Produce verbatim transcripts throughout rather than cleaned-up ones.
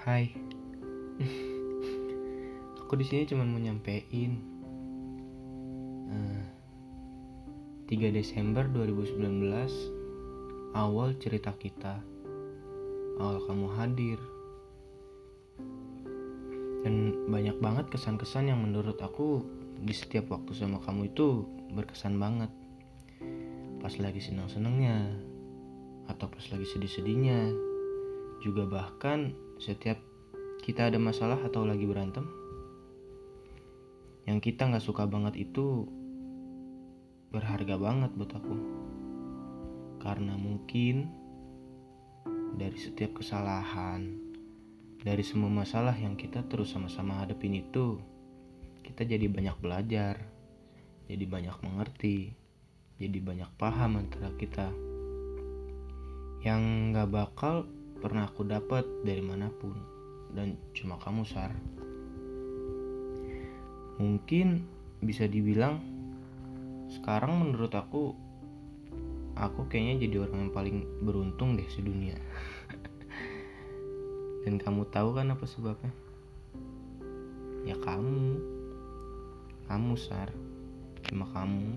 Hai, aku di sini cuma mau nyampein uh, tiga Desember dua ribu sembilan belas awal cerita kita, awal kamu hadir, dan banyak banget kesan-kesan yang menurut aku di setiap waktu sama kamu itu berkesan banget. Pas lagi senang-senangnya atau pas lagi sedih-sedihnya, juga bahkan setiap kita ada masalah atau lagi berantem, yang kita gak suka banget itu berharga banget buat aku. Karena mungkin dari setiap kesalahan, dari semua masalah yang kita terus sama-sama hadapin itu, kita jadi banyak belajar, jadi banyak mengerti, jadi banyak paham antara kita yang gak bakal pernah aku dapat dari manapun, dan cuma kamu, Sar. Mungkin bisa dibilang sekarang menurut aku Aku kayaknya jadi orang yang paling beruntung deh sedunia. Dan kamu tahu kan apa sebabnya? Ya kamu Kamu, Sar. Cuma kamu.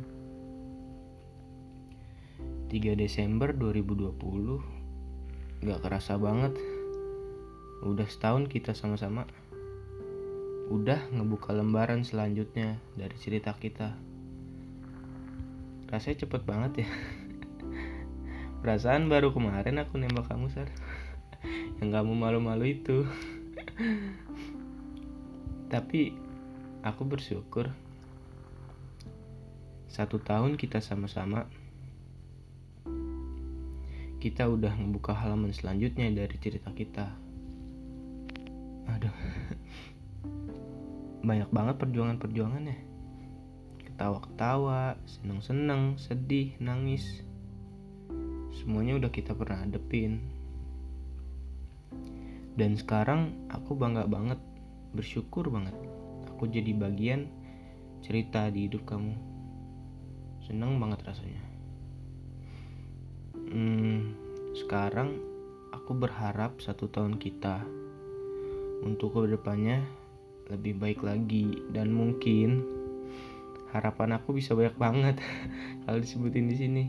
tiga Desember dua ribu dua puluh, gak kerasa banget. Udah setahun kita sama-sama. Udah ngebuka lembaran selanjutnya dari cerita kita. Rasanya cepet banget ya. Perasaan baru kemarin aku nembak kamu, Sar. Yang kamu malu-malu itu. Tapi aku bersyukur satu tahun kita sama-sama, kita udah ngebuka halaman selanjutnya dari cerita kita. Aduh, banyak banget perjuangan-perjuangannya. Ketawa-ketawa, seneng-seneng, sedih, nangis, semuanya udah kita pernah hadepin. Dan sekarang aku bangga banget, bersyukur banget aku jadi bagian cerita di hidup kamu. Seneng banget rasanya. hmm, Sekarang aku berharap satu tahun kita untuk kedepannya lebih baik lagi. Dan mungkin harapan aku bisa banyak banget kalau disebutin di sini.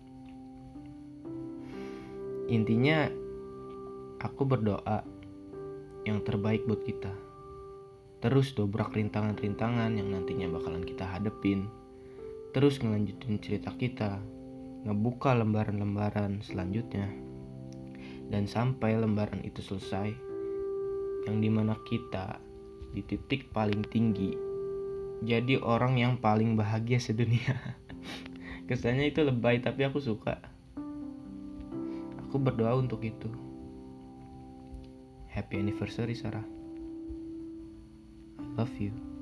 Intinya aku berdoa yang terbaik buat kita. Terus dobrak rintangan-rintangan yang nantinya bakalan kita hadepin. Terus ngelanjutin cerita kita, ngebuka lembaran-lembaran selanjutnya. Dan sampai lembaran itu selesai, yang dimana kita di titik paling tinggi, jadi orang yang paling bahagia sedunia. Kesannya itu lebay, tapi aku suka. Aku berdoa untuk itu. Happy anniversary, Sarah. I love you.